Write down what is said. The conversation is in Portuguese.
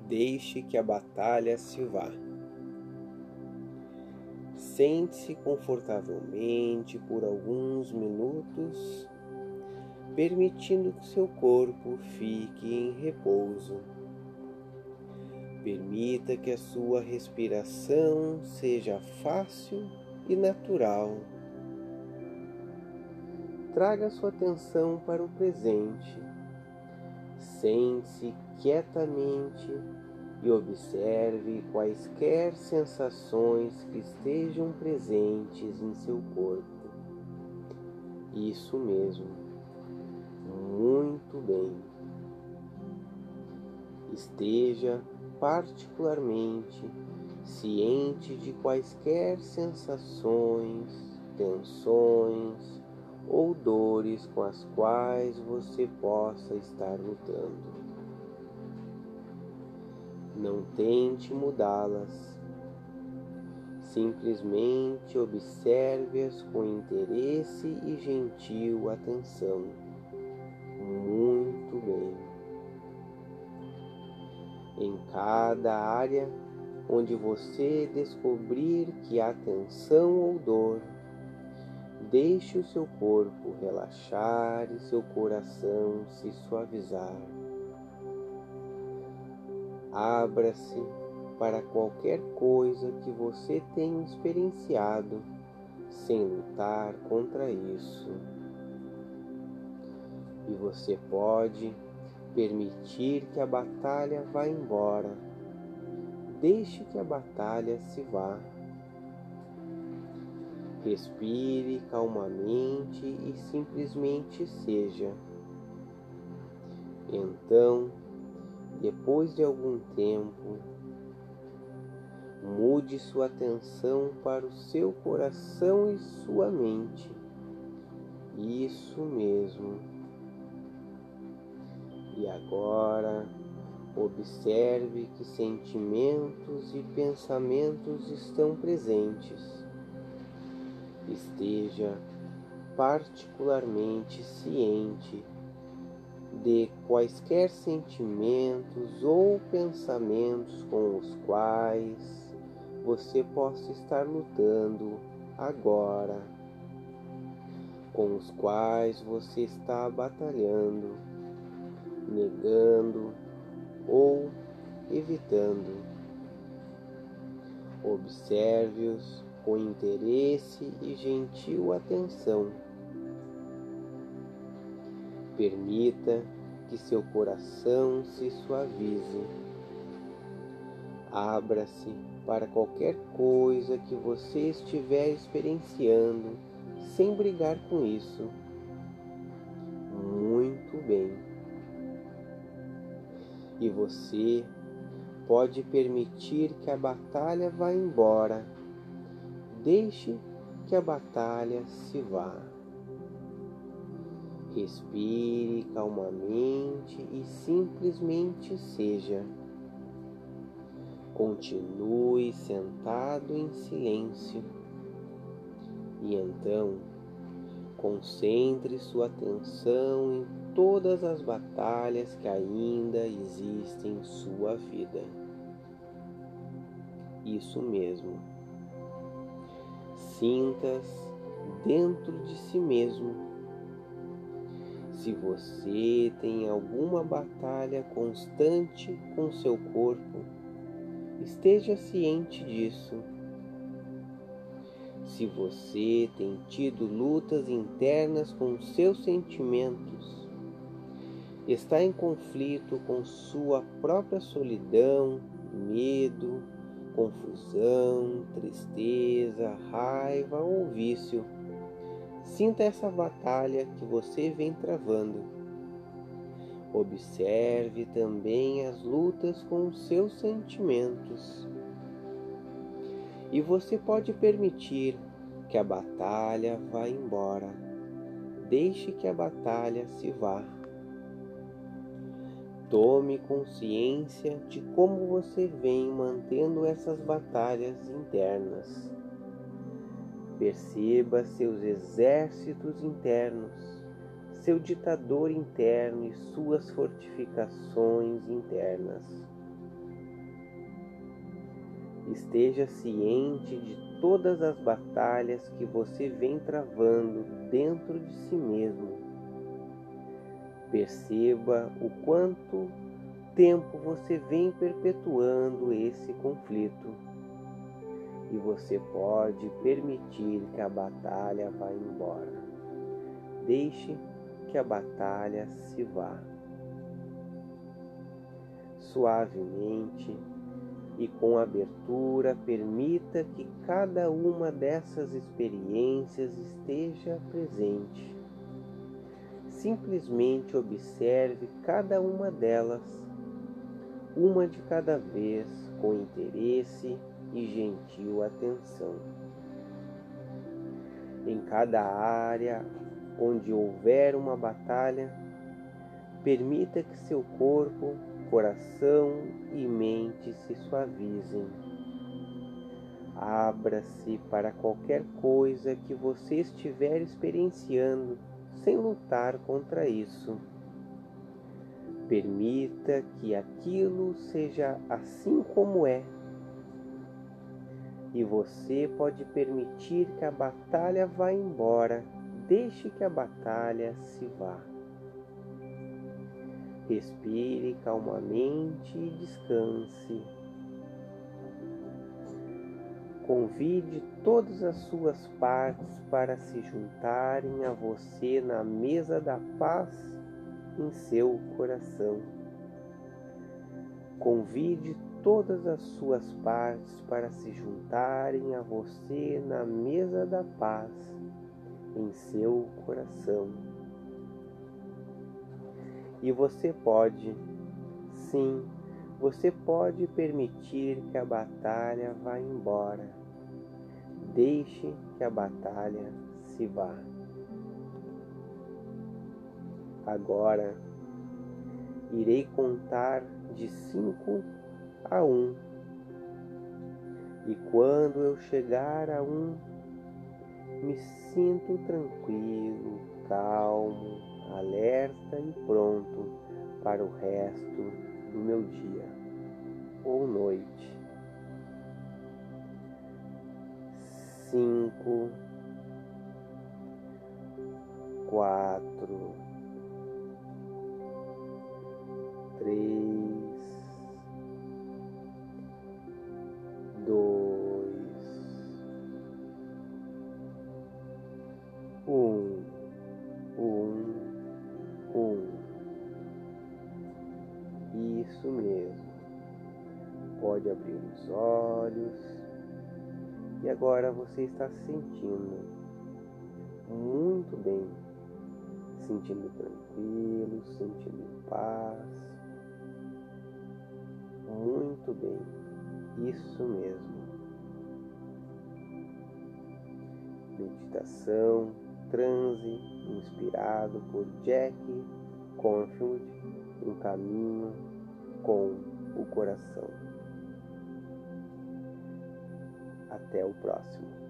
Deixe que a batalha se vá. Sente-se confortavelmente por alguns minutos, permitindo que seu corpo fique em repouso. Permita que a sua respiração seja fácil e natural. Traga sua atenção para o presente. Sente-se quietamente e observe quaisquer sensações que estejam presentes em seu corpo. Isso mesmo. Muito bem. Esteja particularmente ciente de quaisquer sensações, tensões ou dores com as quais você possa estar lutando. Não tente mudá-las. Simplesmente observe-as com interesse e gentil atenção. Muito bem. Em cada área onde você descobrir que há tensão ou dor, deixe o seu corpo relaxar e seu coração se suavizar. Abra-se para qualquer coisa que você tenha experienciado, sem lutar contra isso. E você pode permitir que a batalha vá embora. Deixe que a batalha se vá. Respire calmamente e simplesmente seja. Então, depois de algum tempo, mude sua atenção para o seu coração e sua mente. Isso mesmo. E agora, observe que sentimentos e pensamentos estão presentes. Esteja particularmente ciente de quaisquer sentimentos ou pensamentos com os quais você possa estar lutando agora, com os quais você está batalhando, negando ou evitando. Observe-os com interesse e gentil atenção. Permita que seu coração se suavize. Abra-se para qualquer coisa que você estiver experienciando, sem brigar com isso. Muito bem. E você pode permitir que a batalha vá embora. Deixe que a batalha se vá. Respire calmamente e simplesmente seja. Continue sentado em silêncio. E então, concentre sua atenção em todas as batalhas que ainda existem em sua vida. Isso mesmo. Sinta-se dentro de si mesmo. Se você tem alguma batalha constante com seu corpo, esteja ciente disso. Se você tem tido lutas internas com seus sentimentos, está em conflito com sua própria solidão, medo, confusão, tristeza, raiva ou vício, sinta essa batalha que você vem travando. Observe também as lutas com os seus sentimentos. E você pode permitir que a batalha vá embora. Deixe que a batalha se vá. Tome consciência de como você vem mantendo essas batalhas internas. Perceba seus exércitos internos, seu ditador interno e suas fortificações internas. Esteja ciente de todas as batalhas que você vem travando dentro de si mesmo. Perceba o quanto tempo você vem perpetuando esse conflito. E você pode permitir que a batalha vá embora. Deixe que a batalha se vá. Suavemente e com abertura, permita que cada uma dessas experiências esteja presente. Simplesmente observe cada uma delas, uma de cada vez, com interesse e gentil atenção. Em cada área onde houver uma batalha, permita que seu corpo, coração e mente se suavizem. Abra-se para qualquer coisa que você estiver experienciando, sem lutar contra isso. Permita que aquilo seja assim como é. E você pode permitir que a batalha vá embora. Deixe que a batalha se vá. Respire calmamente e descanse. Convide todas as suas partes para se juntarem a você na mesa da paz em seu coração. Convide todas as suas partes para se juntarem a você na mesa da paz em seu coração. E você pode, sim, você pode permitir que a batalha vá embora. Deixe que a batalha se vá. Agora, irei contar de 5 a 1. E quando eu chegar a 1, me sinto tranquilo, calmo, alerta e pronto para o resto do meu dia ou noite. 5, 4, 3, 2, 1. Isso mesmo. Pode abrir os olhos. E agora você está se sentindo muito bem. Sentindo tranquilo, sentindo em paz. Muito bem. Isso mesmo. Meditação, transe, inspirado por Jack Canfield, Um Caminho com o Coração. Até o próximo.